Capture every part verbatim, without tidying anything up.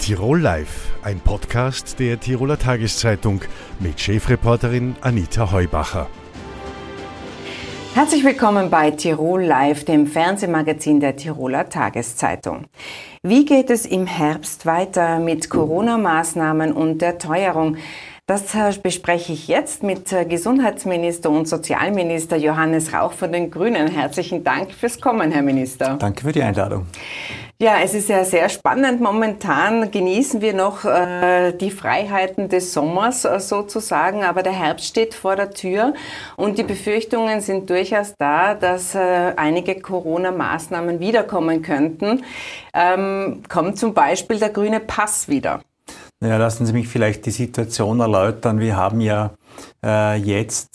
Tirol Live, ein Podcast der Tiroler Tageszeitung mit Chefreporterin Anita Heubacher. Herzlich willkommen bei Tirol Live, dem Fernsehmagazin der Tiroler Tageszeitung. Wie geht es im Herbst weiter mit Corona-Maßnahmen und der Teuerung? Das bespreche ich jetzt mit Gesundheitsminister und Sozialminister Johannes Rauch von den Grünen. Herzlichen Dank fürs Kommen, Herr Minister. Danke für die Einladung. Ja, es ist ja sehr spannend. Momentan genießen wir noch äh, die Freiheiten des Sommers äh, sozusagen, aber der Herbst steht vor der Tür und die Befürchtungen sind durchaus da, dass äh, einige Corona-Maßnahmen wiederkommen könnten. Ähm, kommt zum Beispiel der grüne Pass wieder. Ja, lassen Sie mich vielleicht die Situation erläutern. Wir haben ja äh, jetzt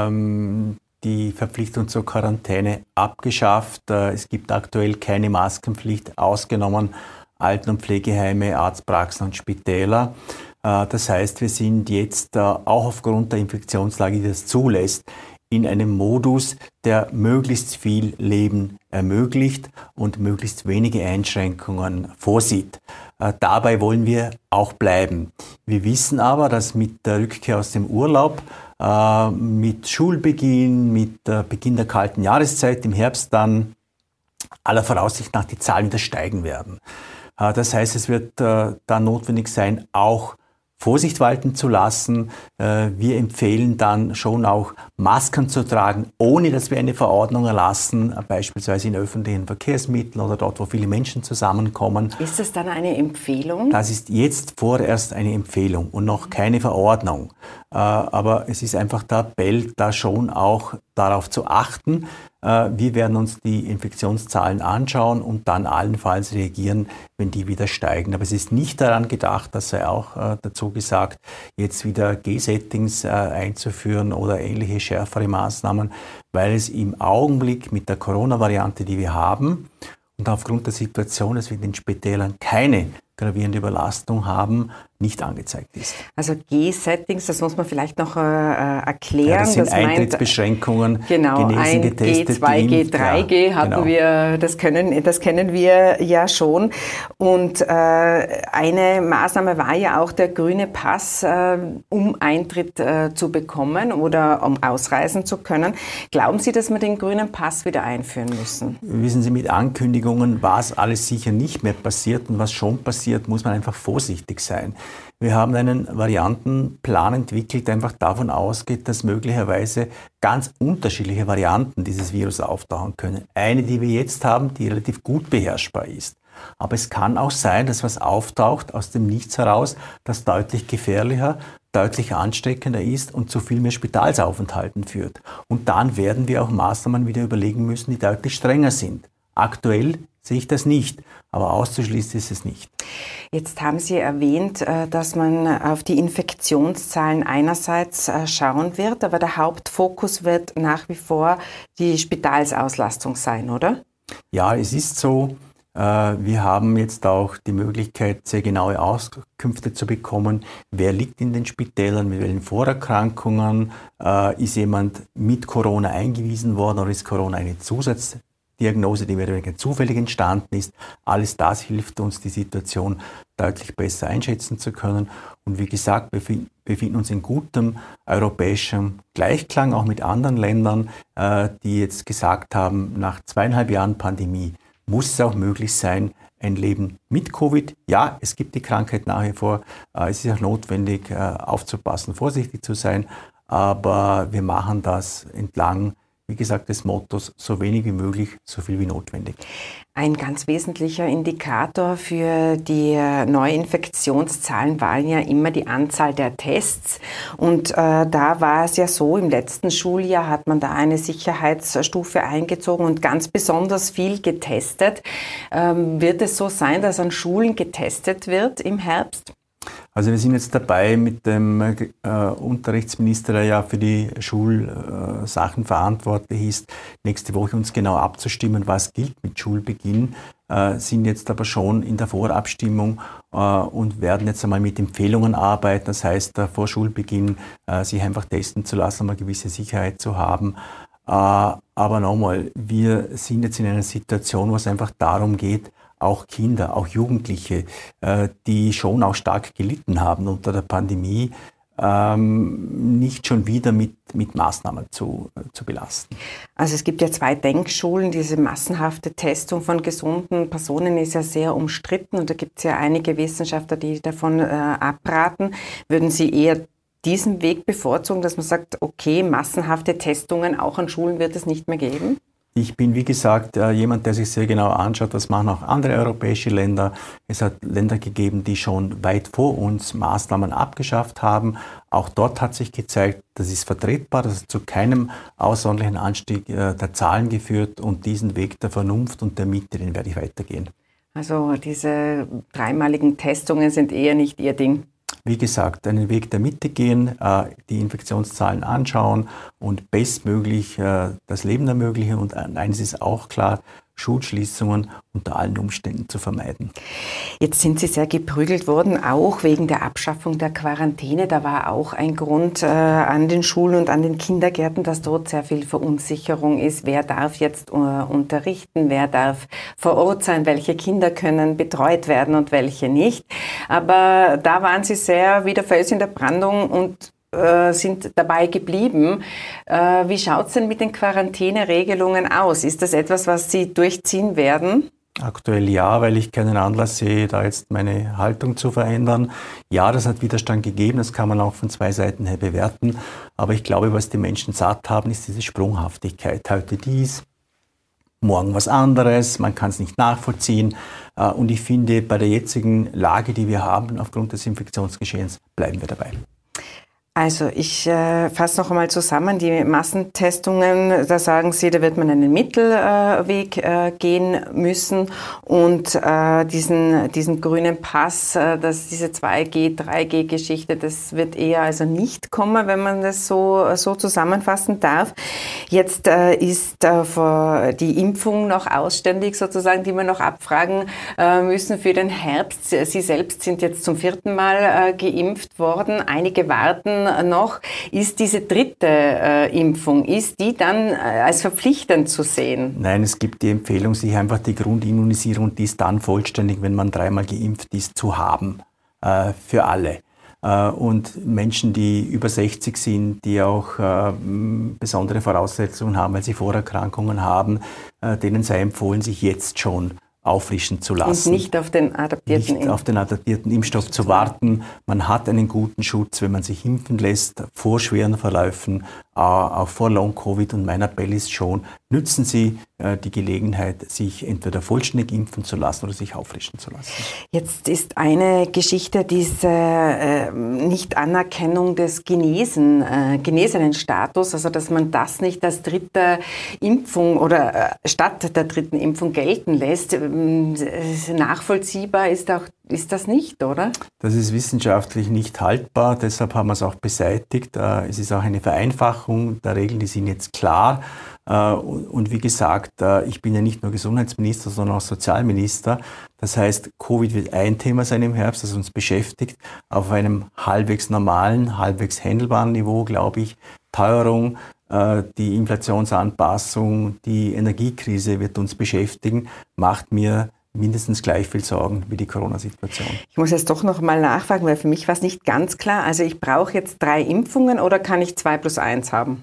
ähm, die Verpflichtung zur Quarantäne abgeschafft. Äh, es gibt aktuell keine Maskenpflicht, ausgenommen Alten- und Pflegeheime, Arztpraxen und Spitäler. Äh, das heißt, wir sind jetzt äh, auch aufgrund der Infektionslage, die das zulässt, in einem Modus, der möglichst viel Leben ermöglicht und möglichst wenige Einschränkungen vorsieht. Äh, dabei wollen wir auch bleiben. Wir wissen aber, dass mit der Rückkehr aus dem Urlaub, äh, mit Schulbeginn, mit äh, Beginn der kalten Jahreszeit im Herbst dann aller Voraussicht nach die Zahlen wieder steigen werden. Äh, das heißt, es wird äh, dann notwendig sein, auch Vorsicht walten zu lassen. Wir empfehlen dann schon auch Masken zu tragen, ohne dass wir eine Verordnung erlassen, beispielsweise in öffentlichen Verkehrsmitteln oder dort, wo viele Menschen zusammenkommen. Ist das dann eine Empfehlung? Das ist jetzt vorerst eine Empfehlung und noch keine Verordnung. Aber es ist einfach der Appell, da schon auch darauf zu achten. Wir werden uns die Infektionszahlen anschauen und dann allenfalls reagieren, wenn die wieder steigen. Aber es ist nicht daran gedacht, das sei auch äh, dazu gesagt, jetzt wieder G-Settings äh, einzuführen oder ähnliche schärfere Maßnahmen, weil es im Augenblick mit der Corona-Variante, die wir haben, und aufgrund der Situation, dass wir in den Spitälern keine gravierende Überlastung haben, nicht angezeigt ist. Also G-Settings, das muss man vielleicht noch äh, erklären. Ja, das sind das Eintrittsbeschränkungen, meint, genau, genesen, ein G zwei, G drei G hatten genau. wir, das können, das kennen wir ja schon. Und äh, eine Maßnahme war ja auch der grüne Pass, äh, um Eintritt äh, zu bekommen oder um ausreisen zu können. Glauben Sie, dass wir den grünen Pass wieder einführen müssen? Wissen Sie, mit Ankündigungen war es alles sicher nicht mehr passiert und was schon passiert, muss man einfach vorsichtig sein. Wir haben einen Variantenplan entwickelt, der einfach davon ausgeht, dass möglicherweise ganz unterschiedliche Varianten dieses Virus auftauchen können. Eine, die wir jetzt haben, die relativ gut beherrschbar ist. Aber es kann auch sein, dass was auftaucht aus dem Nichts heraus, das deutlich gefährlicher, deutlich ansteckender ist und zu viel mehr Spitalsaufenthalten führt. Und dann werden wir auch Maßnahmen wieder überlegen müssen, die deutlich strenger sind. Aktuell sehe ich das nicht, aber auszuschließen ist es nicht. Jetzt haben Sie erwähnt, dass man auf die Infektionszahlen einerseits schauen wird, aber der Hauptfokus wird nach wie vor die Spitalsauslastung sein, oder? Ja, es ist so. Wir haben jetzt auch die Möglichkeit, sehr genaue Auskünfte zu bekommen. Wer liegt in den Spitälern, mit welchen Vorerkrankungen? Ist jemand mit Corona eingewiesen worden oder ist Corona eine Zusatzdiagnose, die mehr oder weniger zufällig entstanden ist? Alles das hilft uns, die Situation deutlich besser einschätzen zu können. Und wie gesagt, wir befinden uns in gutem europäischem Gleichklang, auch mit anderen Ländern, die jetzt gesagt haben, nach zweieinhalb Jahren Pandemie muss es auch möglich sein, ein Leben mit Covid. Ja, es gibt die Krankheit nach wie vor. Es ist auch notwendig, aufzupassen, vorsichtig zu sein. Aber wir machen das entlang, wie gesagt, des Mottos, so wenig wie möglich, so viel wie notwendig. Ein ganz wesentlicher Indikator für die Neuinfektionszahlen war ja immer die Anzahl der Tests. Und äh, da war es ja so, im letzten Schuljahr hat man da eine Sicherheitsstufe eingezogen und ganz besonders viel getestet. Ähm, wird es so sein, dass an Schulen getestet wird im Herbst? Also wir sind jetzt dabei, mit dem äh, Unterrichtsminister, der ja für die Schulsachen äh, verantwortlich ist, nächste Woche uns genau abzustimmen, was gilt mit Schulbeginn, äh, sind jetzt aber schon in der Vorabstimmung äh, und werden jetzt einmal mit Empfehlungen arbeiten. Das heißt, äh, vor Schulbeginn äh, sich einfach testen zu lassen, um eine gewisse Sicherheit zu haben. Äh, aber nochmal, wir sind jetzt in einer Situation, wo es einfach darum geht, auch Kinder, auch Jugendliche, äh, die schon auch stark gelitten haben unter der Pandemie, ähm, nicht schon wieder mit, mit Maßnahmen zu, äh, zu belasten. Also es gibt ja zwei Denkschulen. Diese massenhafte Testung von gesunden Personen ist ja sehr umstritten und da gibt es ja einige Wissenschaftler, die davon äh, abraten. Würden Sie eher diesen Weg bevorzugen, dass man sagt, okay, massenhafte Testungen auch an Schulen wird es nicht mehr geben? Ich bin, wie gesagt, jemand, der sich sehr genau anschaut, was machen auch andere europäische Länder. Es hat Länder gegeben, die schon weit vor uns Maßnahmen abgeschafft haben. Auch dort hat sich gezeigt, das ist vertretbar, das hat zu keinem außerordentlichen Anstieg der Zahlen geführt und diesen Weg der Vernunft und der Mitte, den werde ich weitergehen. Also diese dreimaligen Testungen sind eher nicht Ihr Ding? Wie gesagt, einen Weg der Mitte gehen, die Infektionszahlen anschauen und bestmöglich das Leben ermöglichen. Und eines ist auch klar, Schulschließungen unter allen Umständen zu vermeiden. Jetzt sind Sie sehr geprügelt worden, auch wegen der Abschaffung der Quarantäne. Da war auch ein Grund äh, an den Schulen und an den Kindergärten, dass dort sehr viel Verunsicherung ist. Wer darf jetzt äh, unterrichten? Wer darf vor Ort sein? Welche Kinder können betreut werden und welche nicht? Aber da waren Sie sehr wie der Fels in der Brandung und sind dabei geblieben. Wie schaut es denn mit den Quarantäneregelungen aus? Ist das etwas, was Sie durchziehen werden? Aktuell ja, weil ich keinen Anlass sehe, da jetzt meine Haltung zu verändern. Ja, das hat Widerstand gegeben, das kann man auch von zwei Seiten her bewerten. Aber ich glaube, was die Menschen satt haben, ist diese Sprunghaftigkeit. Heute dies, morgen was anderes, man kann es nicht nachvollziehen. Und ich finde, bei der jetzigen Lage, die wir haben, aufgrund des Infektionsgeschehens, bleiben wir dabei. Also ich äh, fasse noch einmal zusammen, die Massentestungen, da sagen Sie, da wird man einen Mittelweg äh, gehen müssen und äh, diesen, diesen grünen Pass, äh, dass diese zwei G, drei G Geschichte, das wird eher also nicht kommen, wenn man das so, so zusammenfassen darf. Jetzt äh, ist äh, die Impfung noch ausständig sozusagen, die wir noch abfragen äh, müssen für den Herbst. Sie selbst sind jetzt zum vierten Mal äh, geimpft worden, einige warten noch. Ist diese dritte äh, Impfung, ist die dann äh, als verpflichtend zu sehen? Nein, es gibt die Empfehlung, sich einfach die Grundimmunisierung, die ist dann vollständig, wenn man dreimal geimpft ist, zu haben, äh, für alle. Äh, und Menschen, die über sechzig sind, die auch äh, besondere Voraussetzungen haben, weil sie Vorerkrankungen haben, äh, denen sei empfohlen, sich jetzt schon auffrischen zu lassen. Und nicht auf den adaptierten Nicht auf den adaptierten Impfstoff zu warten. Man hat einen guten Schutz, wenn man sich impfen lässt, vor schweren Verläufen, auch vor Long-Covid. Und mein Appell ist schon, nützen Sie äh, die Gelegenheit, sich entweder vollständig impfen zu lassen oder sich auffrischen zu lassen. Jetzt ist eine Geschichte diese äh, Nicht-Anerkennung des Genesen, äh, genesenen Status, also dass man das nicht als dritte Impfung oder äh, statt der dritten Impfung gelten lässt. Ähm, nachvollziehbar ist, auch, ist das nicht, oder? Das ist wissenschaftlich nicht haltbar, deshalb haben wir es auch beseitigt. Äh, es ist auch eine Vereinfachung der Regeln, die sind jetzt klar. Und wie gesagt, ich bin ja nicht nur Gesundheitsminister, sondern auch Sozialminister. Das heißt, Covid wird ein Thema sein im Herbst, das uns beschäftigt, auf einem halbwegs normalen, halbwegs handelbaren Niveau, glaube ich. Teuerung, die Inflationsanpassung, die Energiekrise wird uns beschäftigen, macht mir mindestens gleich viel Sorgen wie die Corona-Situation. Ich muss jetzt doch noch mal nachfragen, weil für mich war es nicht ganz klar. Also ich brauche jetzt drei Impfungen oder kann ich zwei plus eins haben?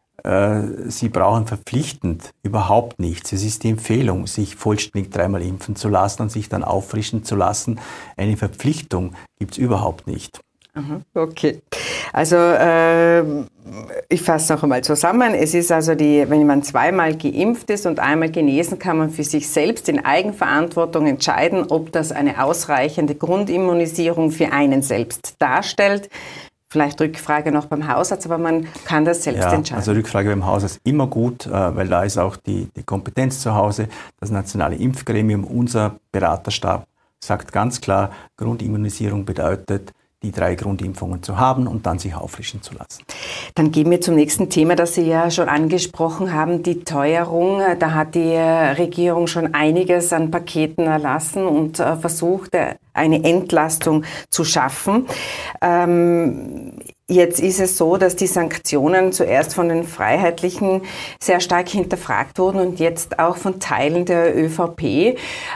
Sie brauchen verpflichtend überhaupt nichts. Es ist die Empfehlung, sich vollständig dreimal impfen zu lassen und sich dann auffrischen zu lassen. Eine Verpflichtung gibt es überhaupt nicht. Okay, also äh, ich fasse noch einmal zusammen. Es ist also die, wenn man zweimal geimpft ist und einmal genesen, kann man für sich selbst in Eigenverantwortung entscheiden, ob das eine ausreichende Grundimmunisierung für einen selbst darstellt. Vielleicht Rückfrage noch beim Hausarzt, aber man kann das selbst ja, entscheiden. Also Rückfrage beim Hausarzt immer gut, weil da ist auch die, die Kompetenz zu Hause. Das nationale Impfgremium, unser Beraterstab, sagt ganz klar, Grundimmunisierung bedeutet, die drei Grundimpfungen zu haben und dann sich auffrischen zu lassen. Dann gehen wir zum nächsten Thema, das Sie ja schon angesprochen haben, die Teuerung. Da hat die Regierung schon einiges an Paketen erlassen und versucht, eine Entlastung zu schaffen. Ähm, Jetzt ist es so, dass die Sanktionen zuerst von den Freiheitlichen sehr stark hinterfragt wurden und jetzt auch von Teilen der ÖVP.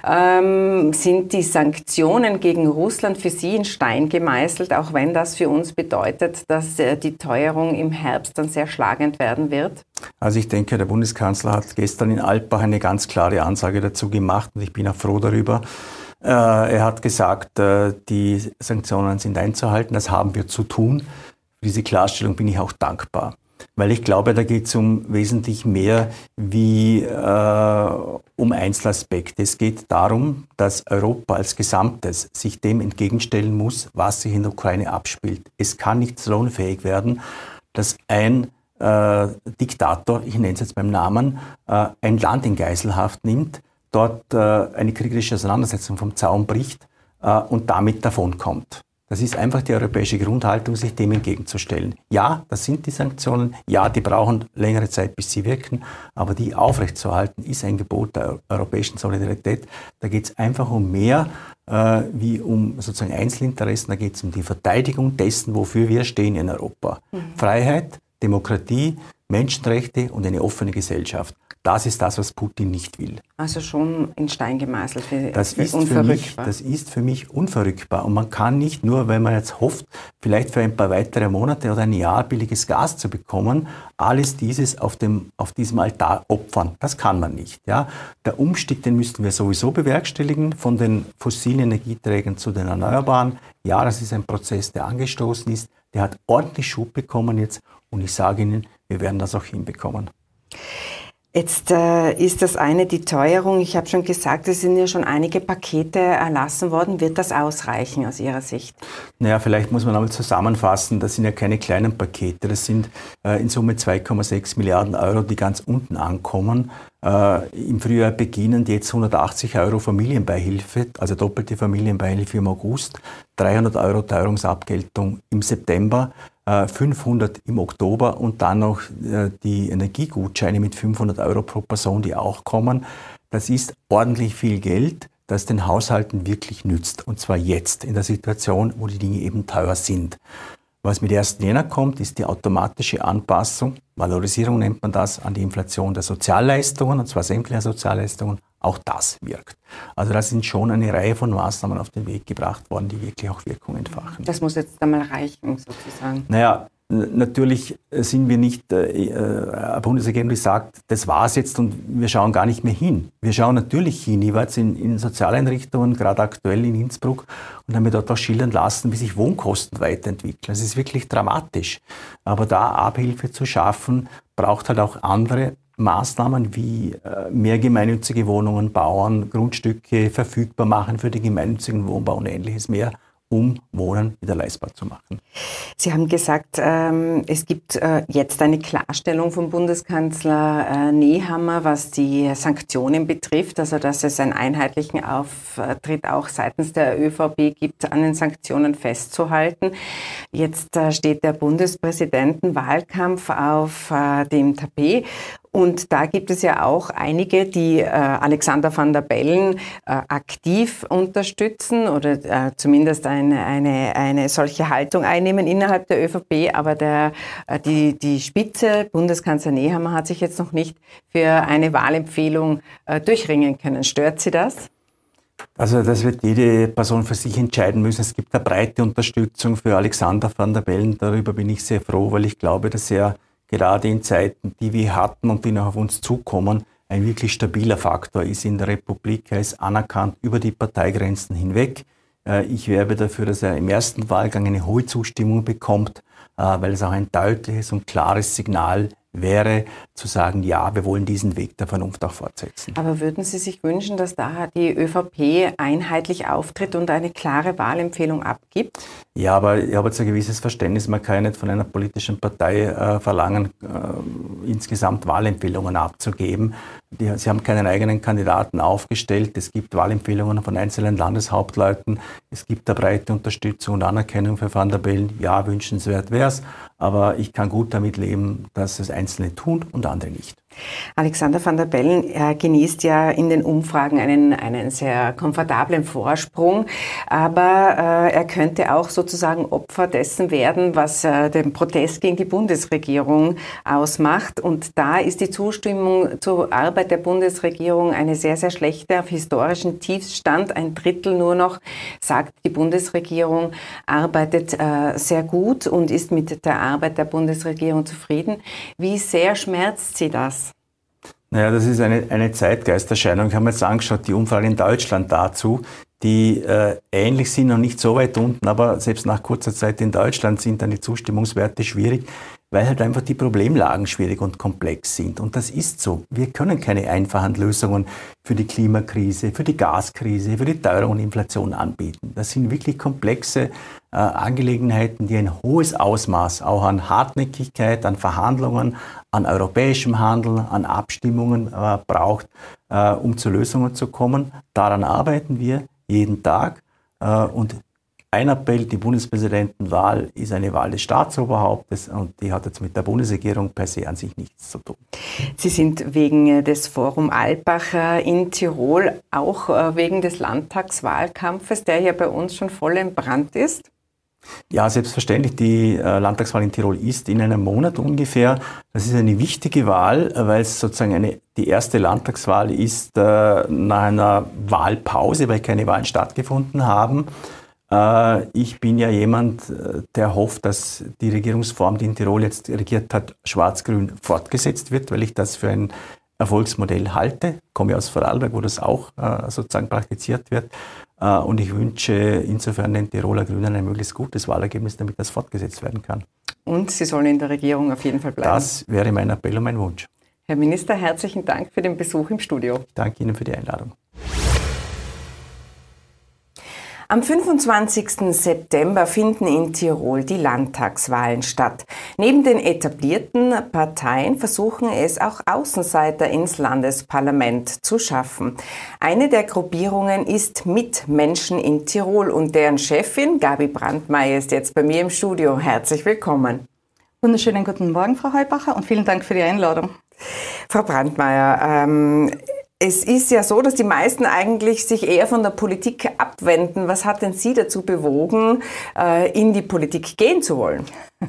Ähm, sind die Sanktionen gegen Russland für Sie in Stein gemeißelt, auch wenn das für uns bedeutet, dass äh, die Teuerung im Herbst dann sehr schlagend werden wird? Also ich denke, der Bundeskanzler hat gestern in Alpbach eine ganz klare Ansage dazu gemacht und ich bin auch froh darüber. Äh, er hat gesagt, äh, die Sanktionen sind einzuhalten, das haben wir zu tun. Für diese Klarstellung bin ich auch dankbar, weil ich glaube, da geht es um wesentlich mehr wie äh, um Einzelaspekte. Es geht darum, dass Europa als Gesamtes sich dem entgegenstellen muss, was sich in der Ukraine abspielt. Es kann nicht salonfähig werden, dass ein äh, Diktator, ich nenne es jetzt beim Namen, äh, ein Land in Geiselhaft nimmt, dort äh, eine kriegerische Auseinandersetzung vom Zaun bricht äh, und damit davonkommt. Das ist einfach die europäische Grundhaltung, sich dem entgegenzustellen. Ja, das sind die Sanktionen. Ja, die brauchen längere Zeit, bis sie wirken. Aber die aufrechtzuerhalten, ist ein Gebot der europäischen Solidarität. Da geht es einfach um mehr äh, wie um sozusagen Einzelinteressen. Da geht es um die Verteidigung dessen, wofür wir stehen in Europa. Mhm. Freiheit, Demokratie, Menschenrechte und eine offene Gesellschaft. Das ist das, was Putin nicht will. Also schon in Stein gemeißelt, für, das für ist unverrückbar. Für mich, das ist für mich unverrückbar. Und man kann nicht nur, wenn man jetzt hofft, vielleicht für ein paar weitere Monate oder ein Jahr billiges Gas zu bekommen, alles dieses auf, dem, auf diesem Altar opfern. Das kann man nicht. Ja? Der Umstieg, den müssten wir sowieso bewerkstelligen, von den fossilen Energieträgern zu den Erneuerbaren. Ja, das ist ein Prozess, der angestoßen ist. Der hat ordentlich Schub bekommen jetzt. Und ich sage Ihnen, wir werden das auch hinbekommen. Jetzt äh, ist das eine die Teuerung. Ich habe schon gesagt, es sind ja schon einige Pakete erlassen worden. Wird das ausreichen aus Ihrer Sicht? Naja, vielleicht muss man einmal zusammenfassen, das sind ja keine kleinen Pakete. Das sind äh, in Summe zwei Komma sechs Milliarden Euro, die ganz unten ankommen. Äh, Im Frühjahr beginnend jetzt hundertachtzig Euro Familienbeihilfe, also doppelte Familienbeihilfe im August, dreihundert Euro Teuerungsabgeltung im September, fünfhundert im Oktober und dann noch die Energiegutscheine mit fünfhundert Euro pro Person, die auch kommen. Das ist ordentlich viel Geld, das den Haushalten wirklich nützt. Und zwar jetzt, in der Situation, wo die Dinge eben teuer sind. Was mit ersten Jänner kommt, ist die automatische Anpassung, Valorisierung nennt man das, an die Inflation der Sozialleistungen, und zwar sämtlicher Sozialleistungen. Auch das wirkt. Also da sind schon eine Reihe von Maßnahmen auf den Weg gebracht worden, die wirklich auch Wirkung entfachen. Das muss jetzt einmal reichen, sozusagen. Naja, natürlich sind wir nicht, äh, ein Bundesergebnis, die sagt, das war's jetzt und wir schauen gar nicht mehr hin. Wir schauen natürlich hin. Ich war jetzt in, in Sozialeinrichtungen, gerade aktuell in Innsbruck, und habe mir dort auch schildern lassen, wie sich Wohnkosten weiterentwickeln. Es ist wirklich dramatisch. Aber da Abhilfe zu schaffen, braucht halt auch andere Maßnahmen wie äh, mehr gemeinnützige Wohnungen bauen, Grundstücke verfügbar machen für den gemeinnützigen Wohnbau und Ähnliches mehr, um Wohnen wieder leistbar zu machen. Sie haben gesagt, ähm, es gibt äh, jetzt eine Klarstellung vom Bundeskanzler äh, Nehammer, was die Sanktionen betrifft, also dass es einen einheitlichen Auftritt auch seitens der ÖVP gibt, an den Sanktionen festzuhalten. Jetzt äh, steht der Bundespräsidentenwahlkampf auf äh, dem Tapet. Und da gibt es ja auch einige, die äh, Alexander Van der Bellen äh, aktiv unterstützen oder äh, zumindest eine, eine, eine solche Haltung einnehmen innerhalb der ÖVP. Aber der, äh, die, die Spitze, Bundeskanzler Nehammer, hat sich jetzt noch nicht für eine Wahlempfehlung äh, durchringen können. Stört Sie das? Also das wird jede Person für sich entscheiden müssen. Es gibt eine breite Unterstützung für Alexander Van der Bellen. Darüber bin ich sehr froh, weil ich glaube, dass er gerade in Zeiten, die wir hatten und die noch auf uns zukommen, ein wirklich stabiler Faktor ist in der Republik. Er ist anerkannt über die Parteigrenzen hinweg. Ich werbe dafür, dass er im ersten Wahlgang eine hohe Zustimmung bekommt, weil es auch ein deutliches und klares Signal wäre, zu sagen, ja, wir wollen diesen Weg der Vernunft auch fortsetzen. Aber würden Sie sich wünschen, dass da die ÖVP einheitlich auftritt und eine klare Wahlempfehlung abgibt? Ja, aber ich habe jetzt ein gewisses Verständnis. Man kann ja nicht von einer politischen Partei äh, verlangen, äh, insgesamt Wahlempfehlungen abzugeben. Die, sie haben keinen eigenen Kandidaten aufgestellt. Es gibt Wahlempfehlungen von einzelnen Landeshauptleuten. Es gibt eine breite Unterstützung und Anerkennung für Van der Bellen. Ja, wünschenswert wäre es. Aber ich kann gut damit leben, dass es Einzelne tun und andere nicht. Alexander Van der Bellen er genießt ja in den Umfragen einen, einen sehr komfortablen Vorsprung, aber äh, er könnte auch sozusagen Opfer dessen werden, was äh, den Protest gegen die Bundesregierung ausmacht. Und da ist die Zustimmung zur Arbeit der Bundesregierung eine sehr, sehr schlechte, auf historischen Tiefstand. Ein Drittel nur noch sagt, die Bundesregierung arbeitet äh, sehr gut und ist mit der Arbeit der Bundesregierung zufrieden. Wie sehr schmerzt Sie das? Naja, das ist eine, eine Zeitgeisterscheinung. Ich habe mir jetzt angeschaut, die Umfragen in Deutschland dazu, die äh, ähnlich sind, noch nicht so weit unten, aber selbst nach kurzer Zeit in Deutschland sind dann die Zustimmungswerte schwierig, weil halt einfach die Problemlagen schwierig und komplex sind. Und das ist so. Wir können keine einfachen Lösungen für die Klimakrise, für die Gaskrise, für die Teuerung und Inflation anbieten. Das sind wirklich komplexe äh, Angelegenheiten, die ein hohes Ausmaß auch an Hartnäckigkeit, an Verhandlungen, an europäischem Handel, an Abstimmungen äh, braucht, äh, um zu Lösungen zu kommen. Daran arbeiten wir jeden Tag. Äh, und ein Appell, die Bundespräsidentenwahl ist eine Wahl des Staatsoberhauptes und die hat jetzt mit der Bundesregierung per se an sich nichts zu tun. Sie sind wegen des Forum Alpbach in Tirol, auch wegen des Landtagswahlkampfes, der ja bei uns schon voll im Brand ist? Ja, selbstverständlich. Die äh, Landtagswahl in Tirol ist in einem Monat ungefähr. Das ist eine wichtige Wahl, weil es sozusagen eine, die erste Landtagswahl ist äh, nach einer Wahlpause, weil keine Wahlen stattgefunden haben. Äh, ich bin ja jemand, der hofft, dass die Regierungsform, die in Tirol jetzt regiert hat, schwarz-grün fortgesetzt wird, weil ich das für ein Erfolgsmodell halte. Ich komme aus Vorarlberg, wo das auch äh, sozusagen praktiziert wird. Und ich wünsche insofern den Tiroler Grünen ein möglichst gutes Wahlergebnis, damit das fortgesetzt werden kann. Und Sie sollen in der Regierung auf jeden Fall bleiben. Das wäre mein Appell und mein Wunsch. Herr Minister, herzlichen Dank für den Besuch im Studio. Ich danke Ihnen für die Einladung. Am fünfundzwanzigsten September finden in Tirol die Landtagswahlen statt. Neben den etablierten Parteien versuchen es auch Außenseiter ins Landesparlament zu schaffen. Eine der Gruppierungen ist Mitmenschen in Tirol und deren Chefin Gabi Brandmeier ist jetzt bei mir im Studio. Herzlich willkommen. Wunderschönen guten Morgen, Frau Heubacher, und vielen Dank für die Einladung. Frau Brandmeier, ähm, es ist ja so, dass die meisten eigentlich sich eher von der Politik abwenden. Was hat denn Sie dazu bewogen, in die Politik gehen zu wollen?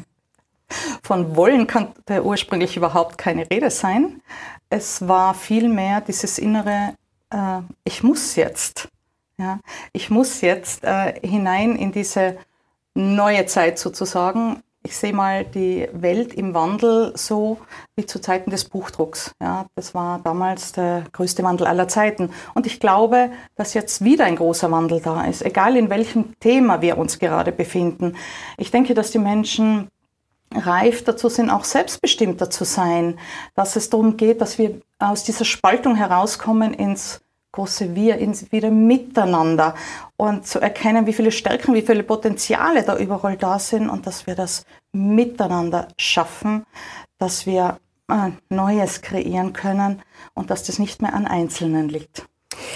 Von wollen kann ursprünglich überhaupt keine Rede sein. Es war vielmehr dieses innere, äh, ich muss jetzt. Ja, ich muss jetzt äh, hinein in diese neue Zeit sozusagen. Ich sehe mal die Welt im Wandel so wie zu Zeiten des Buchdrucks. Ja, das war damals der größte Wandel aller Zeiten. Und ich glaube, dass jetzt wieder ein großer Wandel da ist, egal in welchem Thema wir uns gerade befinden. Ich denke, dass die Menschen reif dazu sind, auch selbstbestimmter zu sein, dass es darum geht, dass wir aus dieser Spaltung herauskommen ins große Wir, ins wieder Miteinander und zu erkennen, wie viele Stärken, wie viele Potenziale da überall da sind und dass wir das miteinander schaffen, dass wir äh, Neues kreieren können und dass das nicht mehr an Einzelnen liegt.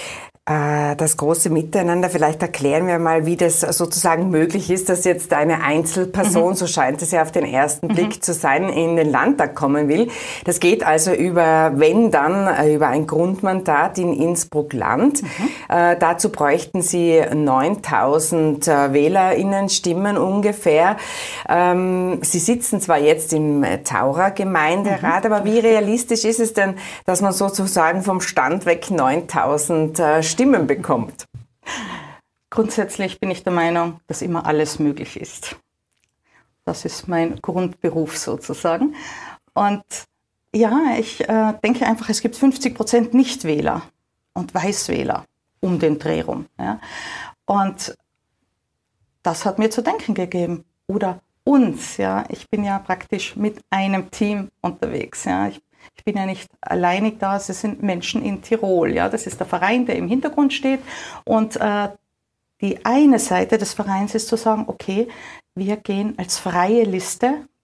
Das große Miteinander, vielleicht erklären wir mal, wie das sozusagen möglich ist, dass jetzt eine Einzelperson, mhm. so scheint es ja auf den ersten Blick mhm. zu sein, in den Landtag kommen will. Das geht also über, wenn dann, über ein Grundmandat in Innsbruck-Land. Mhm. Äh, dazu bräuchten Sie neuntausend äh, WählerInnen-Stimmen ungefähr. Ähm, Sie sitzen zwar jetzt im Taurer-Gemeinderat, mhm. aber wie realistisch ist es denn, dass man sozusagen vom Stand weg neuntausend äh, Stimmen bekommt? Grundsätzlich bin ich der Meinung, dass immer alles möglich ist. Das ist mein Grundberuf sozusagen. Und ja, ich äh, denke einfach, es gibt fünfzig Prozent Nichtwähler und Weißwähler um den Dreh rum. Ja. Und das hat mir zu denken gegeben. Oder uns. Ja. Ich bin ja praktisch mit einem Team unterwegs. Ja. Ich Ich bin ja nicht alleinig da, es sind Menschen in Tirol. Ja? Das ist der Verein, der im Hintergrund steht. Und äh, die eine Seite des Vereins ist zu sagen, okay, wir gehen als freie Liste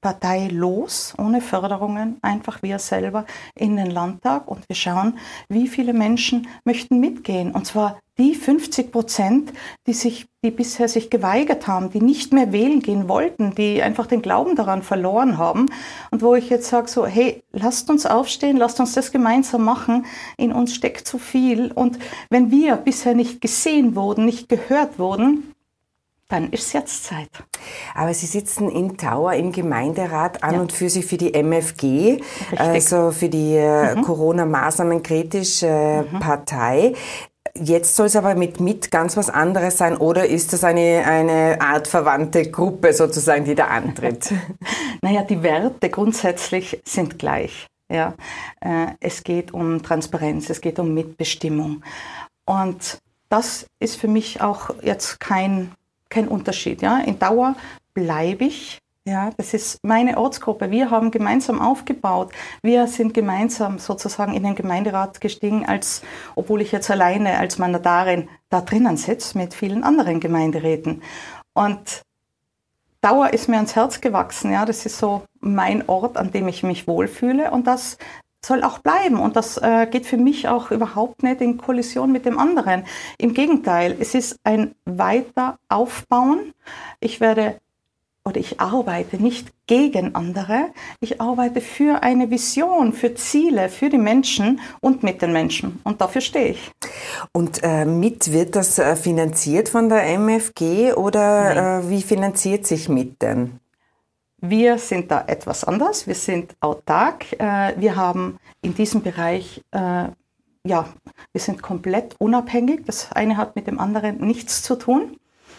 parteilos, ohne Förderungen, einfach wir selber in den Landtag und wir schauen, wie viele Menschen möchten mitgehen. Und zwar die fünfzig Prozent, die sich, die bisher sich geweigert haben, die nicht mehr wählen gehen wollten, die einfach den Glauben daran verloren haben. Und wo ich jetzt sage so, hey, lasst uns aufstehen, lasst uns das gemeinsam machen. In uns steckt zu viel. Und wenn wir bisher nicht gesehen wurden, nicht gehört wurden, dann ist jetzt Zeit. Aber Sie sitzen in Tauer im Gemeinderat an ja. und für sich für die M F G, Richtig. also für die mhm. Corona-Maßnahmen kritische mhm. Partei. Jetzt soll es aber mit MIT ganz was anderes sein, oder ist das eine, eine Art verwandte Gruppe sozusagen, die da antritt? Naja, die Werte grundsätzlich sind gleich. Ja. Es geht um Transparenz, es geht um Mitbestimmung. Und das ist für mich auch jetzt kein Kein Unterschied. Ja. In Tauer bleibe ich. Ja, das ist meine Ortsgruppe. Wir haben gemeinsam aufgebaut. Wir sind gemeinsam sozusagen in den Gemeinderat gestiegen, als, obwohl ich jetzt alleine als Mandatarin da drinnen sitze mit vielen anderen Gemeinderäten. Und Tauer ist mir ans Herz gewachsen. Ja, das ist so mein Ort, an dem ich mich wohlfühle. Und das soll auch bleiben. Und das äh, geht für mich auch überhaupt nicht in Kollision mit dem anderen. Im Gegenteil, es ist ein weiter Aufbauen. Ich werde oder ich arbeite nicht gegen andere. Ich arbeite für eine Vision, für Ziele, für die Menschen und mit den Menschen. Und dafür stehe ich. Und äh, MIT, wird das äh, finanziert von der M F G oder äh, wie finanziert sich MIT denn? Wir sind da etwas anders, wir sind autark, wir haben in diesem Bereich, ja, wir sind komplett unabhängig, das eine hat mit dem anderen nichts zu tun.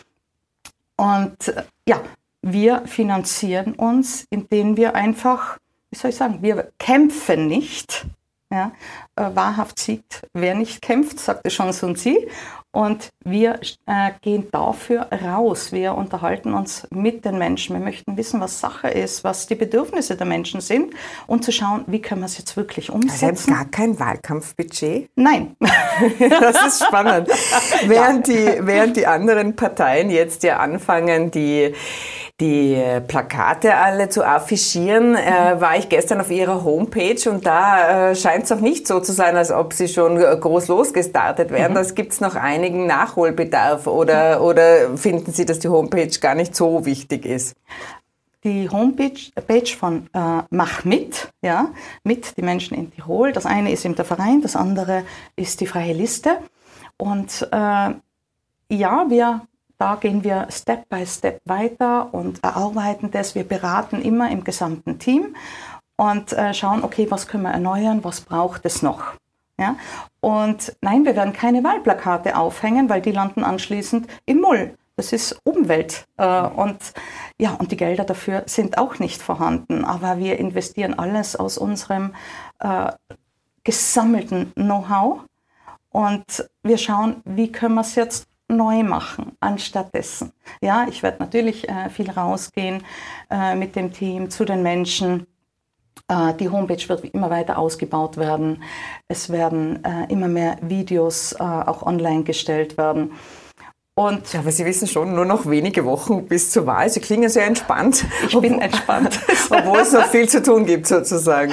Und ja, wir finanzieren uns, indem wir einfach, wie soll ich sagen, wir kämpfen nicht. Ja, wahrhaft siegt, wer nicht kämpft, sagte schon Sun Tzu. Und wir äh, gehen dafür raus. Wir unterhalten uns mit den Menschen. Wir möchten wissen, was Sache ist, was die Bedürfnisse der Menschen sind und zu schauen, wie können wir es jetzt wirklich umsetzen. Also gar kein Wahlkampfbudget? Nein. Das ist spannend. während, die, während die anderen Parteien jetzt ja anfangen, die die Plakate alle zu affichieren, äh, war ich gestern auf ihrer Homepage und da äh, scheint es auch nicht so zu sein, als ob sie schon groß losgestartet wären. Mhm. Das gibt es noch einigen Nachholbedarf oder, oder finden Sie, dass die Homepage gar nicht so wichtig ist? Die Homepage Page von äh, Mach mit, ja, mit die Menschen in Tirol. Das eine ist eben der Verein, das andere ist die freie Liste. Und äh, ja, wir Da gehen wir Step by Step weiter und erarbeiten das. Wir beraten immer im gesamten Team und äh, schauen, okay, was können wir erneuern, was braucht es noch. Ja? Und nein, wir werden keine Wahlplakate aufhängen, weil die landen anschließend im Müll. Das ist Umwelt äh, und, ja, und die Gelder dafür sind auch nicht vorhanden. Aber wir investieren alles aus unserem äh, gesammelten Know-how und wir schauen, wie können wir es jetzt neu machen, anstattdessen. Ja, ich werde natürlich äh, viel rausgehen äh, mit dem Team zu den Menschen. Äh, die Homepage wird immer weiter ausgebaut werden. Es werden äh, immer mehr Videos äh, auch online gestellt werden. Und ja, aber Sie wissen schon, nur noch wenige Wochen bis zur Wahl. Sie klingen sehr entspannt. Ich bin entspannt. Obwohl es noch viel zu tun gibt, sozusagen.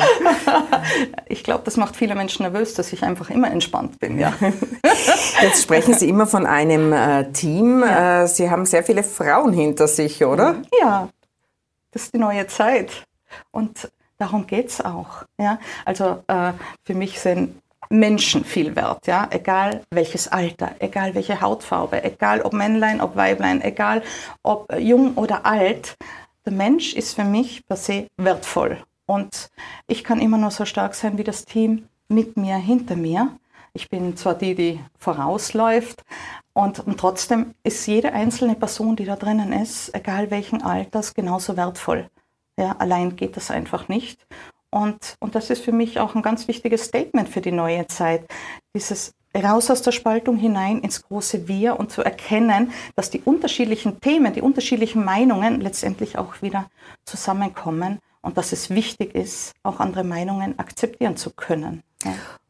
Ich glaube, das macht viele Menschen nervös, dass ich einfach immer entspannt bin. Ja. Jetzt sprechen Sie immer von einem äh, Team. Ja. Äh, Sie haben sehr viele Frauen hinter sich, oder? Ja, das ist die neue Zeit. Und darum geht es auch. Ja? Also äh, für mich sind Menschen viel wert, ja, egal welches Alter, egal welche Hautfarbe, egal ob Männlein, ob Weiblein, egal ob jung oder alt. Der Mensch ist für mich per se wertvoll und ich kann immer nur so stark sein wie das Team mit mir, hinter mir. Ich bin zwar die, die vorausläuft und, und trotzdem ist jede einzelne Person, die da drinnen ist, egal welchen Alters, genauso wertvoll. Ja, allein geht das einfach nicht. Und, und das ist für mich auch ein ganz wichtiges Statement für die neue Zeit. Dieses raus aus der Spaltung hinein ins große Wir und zu erkennen, dass die unterschiedlichen Themen, die unterschiedlichen Meinungen letztendlich auch wieder zusammenkommen und dass es wichtig ist, auch andere Meinungen akzeptieren zu können. Ja.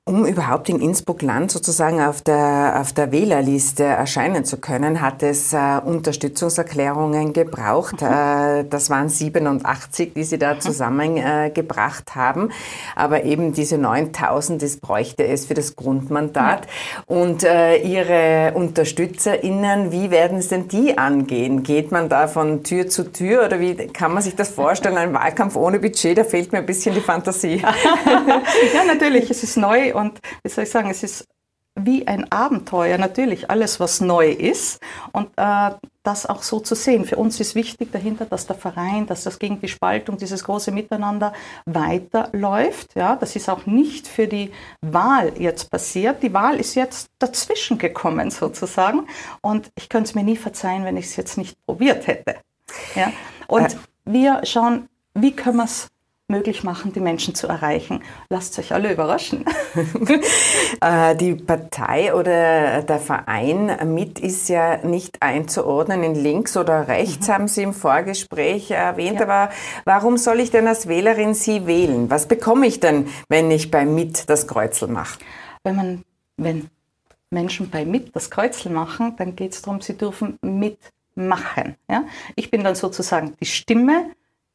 Um überhaupt in Innsbruck-Land sozusagen auf der, auf der Wählerliste erscheinen zu können, hat es äh, Unterstützungserklärungen gebraucht. Mhm. Äh, das waren siebenundachtzig, die Sie da zusammengebracht äh, haben. Aber eben diese neuntausend, das bräuchte es für das Grundmandat. Ja. Und äh, Ihre UnterstützerInnen, wie werden es denn die angehen? Geht man da von Tür zu Tür oder wie kann man sich das vorstellen? Ein Wahlkampf ohne Budget, da fehlt mir ein bisschen die Fantasie. Ja, natürlich, es ist neu. Und wie soll ich sagen, es ist wie ein Abenteuer, natürlich alles, was neu ist und äh, das auch so zu sehen. Für uns ist wichtig dahinter, dass der Verein, dass das gegen die Spaltung, dieses große Miteinander weiterläuft. Ja, das ist auch nicht für die Wahl jetzt passiert. Die Wahl ist jetzt dazwischen gekommen sozusagen und ich könnte es mir nie verzeihen, wenn ich es jetzt nicht probiert hätte. Ja? Und äh. wir schauen, wie können wir es möglich machen, die Menschen zu erreichen. Lasst euch alle überraschen. Die Partei oder der Verein mit ist ja nicht einzuordnen in links oder rechts, mhm. haben Sie im Vorgespräch erwähnt. Ja. Aber warum soll ich denn als Wählerin Sie wählen? Was bekomme ich denn, wenn ich bei Mit das Kreuzel mache? Wenn man, wenn Menschen bei Mit das Kreuzel machen, dann geht es darum, sie dürfen mitmachen. Ja? Ich bin dann sozusagen die Stimme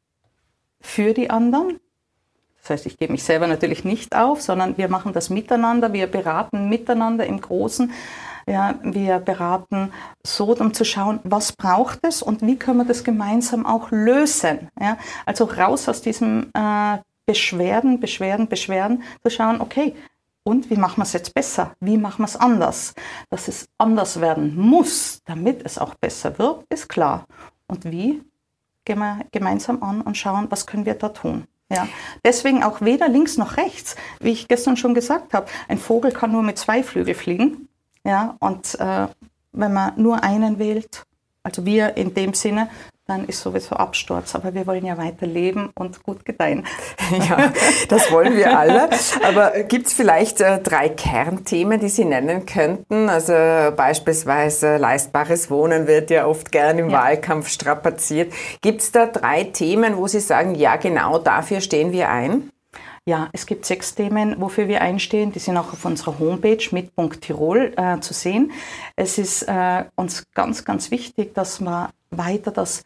für die anderen. Das heißt, ich gebe mich selber natürlich nicht auf, sondern wir machen das miteinander, wir beraten miteinander im Großen. Ja, wir beraten so, um zu schauen, was braucht es und wie können wir das gemeinsam auch lösen. Ja, also raus aus diesem äh, Beschwerden, Beschwerden, Beschwerden, zu schauen, okay, und wie machen wir es jetzt besser? Wie machen wir es anders? Dass es anders werden muss, damit es auch besser wird, ist klar. Und wie? Gehen wir gemeinsam an und schauen, was können wir da tun. Ja. Deswegen auch weder links noch rechts, wie ich gestern schon gesagt habe. Ein Vogel kann nur mit zwei Flügeln fliegen. Ja, und äh, wenn man nur einen wählt, also wir in dem Sinne, dann ist sowieso Absturz. Aber wir wollen ja weiter leben und gut gedeihen. Ja, das wollen wir alle. Aber gibt es vielleicht äh, drei Kernthemen, die Sie nennen könnten? Also beispielsweise leistbares Wohnen wird ja oft gern im ja. Wahlkampf strapaziert. Gibt es da drei Themen, wo Sie sagen, ja genau dafür stehen wir ein? Ja, es gibt sechs Themen, wofür wir einstehen. Die sind auch auf unserer Homepage mit Punkt Tirol äh, zu sehen. Es ist äh, uns ganz, ganz wichtig, dass wir weiter das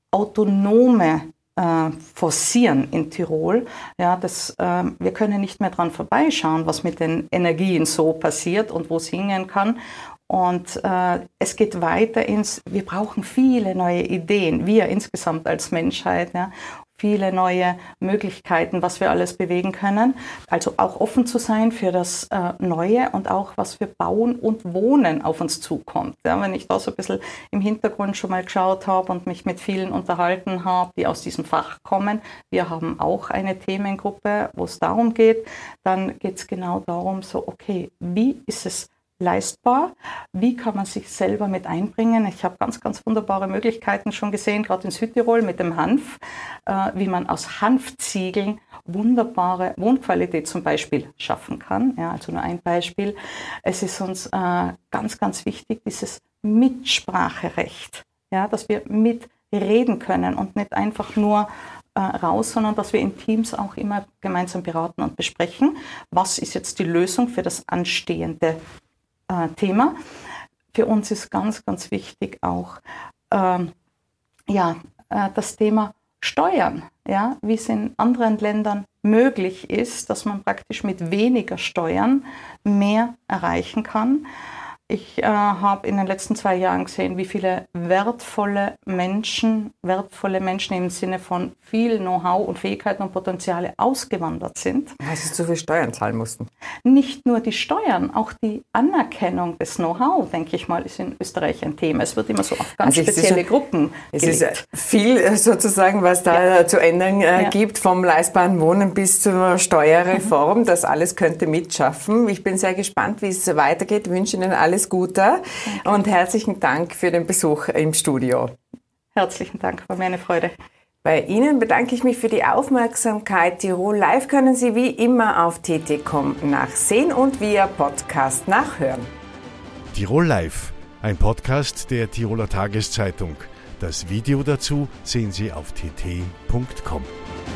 Autonome äh, forcieren in Tirol. Ja, das, äh, wir können nicht mehr dran vorbeischauen, was mit den Energien so passiert und wo es hingehen kann. Und äh, es geht weiter ins, wir brauchen viele neue Ideen, wir insgesamt als Menschheit, ja, viele neue Möglichkeiten, was wir alles bewegen können. Also auch offen zu sein für das äh, Neue und auch, was für Bauen und Wohnen auf uns zukommt. Ja, wenn ich da so ein bisschen im Hintergrund schon mal geschaut habe und mich mit vielen unterhalten habe, die aus diesem Fach kommen, wir haben auch eine Themengruppe, wo es darum geht, dann geht es genau darum, so okay, wie ist es leistbar? Wie kann man sich selber mit einbringen? Ich habe ganz, ganz wunderbare Möglichkeiten schon gesehen, gerade in Südtirol mit dem Hanf, äh, wie man aus Hanfziegeln wunderbare Wohnqualität zum Beispiel schaffen kann. Ja, also nur ein Beispiel. Es ist uns äh, ganz, ganz wichtig, dieses Mitspracherecht, ja, dass wir mitreden können und nicht einfach nur äh, raus, sondern dass wir in Teams auch immer gemeinsam beraten und besprechen, was ist jetzt die Lösung für das anstehende Thema. Für uns ist ganz, ganz wichtig auch ähm, ja, äh, das Thema Steuern, ja, wie es in anderen Ländern möglich ist, dass man praktisch mit weniger Steuern mehr erreichen kann. Ich äh, habe in den letzten zwei Jahren gesehen, wie viele wertvolle Menschen, wertvolle Menschen im Sinne von viel Know-how und Fähigkeiten und Potenziale ausgewandert sind. Weil sie zu viel Steuern zahlen mussten. Nicht nur die Steuern, auch die Anerkennung des Know-how, denke ich mal, ist in Österreich ein Thema. Es wird immer so auf ganz also spezielle schon, Gruppen Es gelegt. Ist viel sozusagen, was da ja. zu ändern äh, ja. gibt, vom leistbaren Wohnen bis zur Steuerreform. Mhm. Das alles könnte mitschaffen. Ich bin sehr gespannt, wie es weitergeht. Ich wünsche Ihnen alles Gute Danke. Und herzlichen Dank für den Besuch im Studio. Herzlichen Dank, war mir eine Freude. Bei Ihnen bedanke ich mich für die Aufmerksamkeit. Tirol Live können Sie wie immer auf t t punkt com nachsehen und via Podcast nachhören. Tirol Live, ein Podcast der Tiroler Tageszeitung. Das Video dazu sehen Sie auf t t punkt com.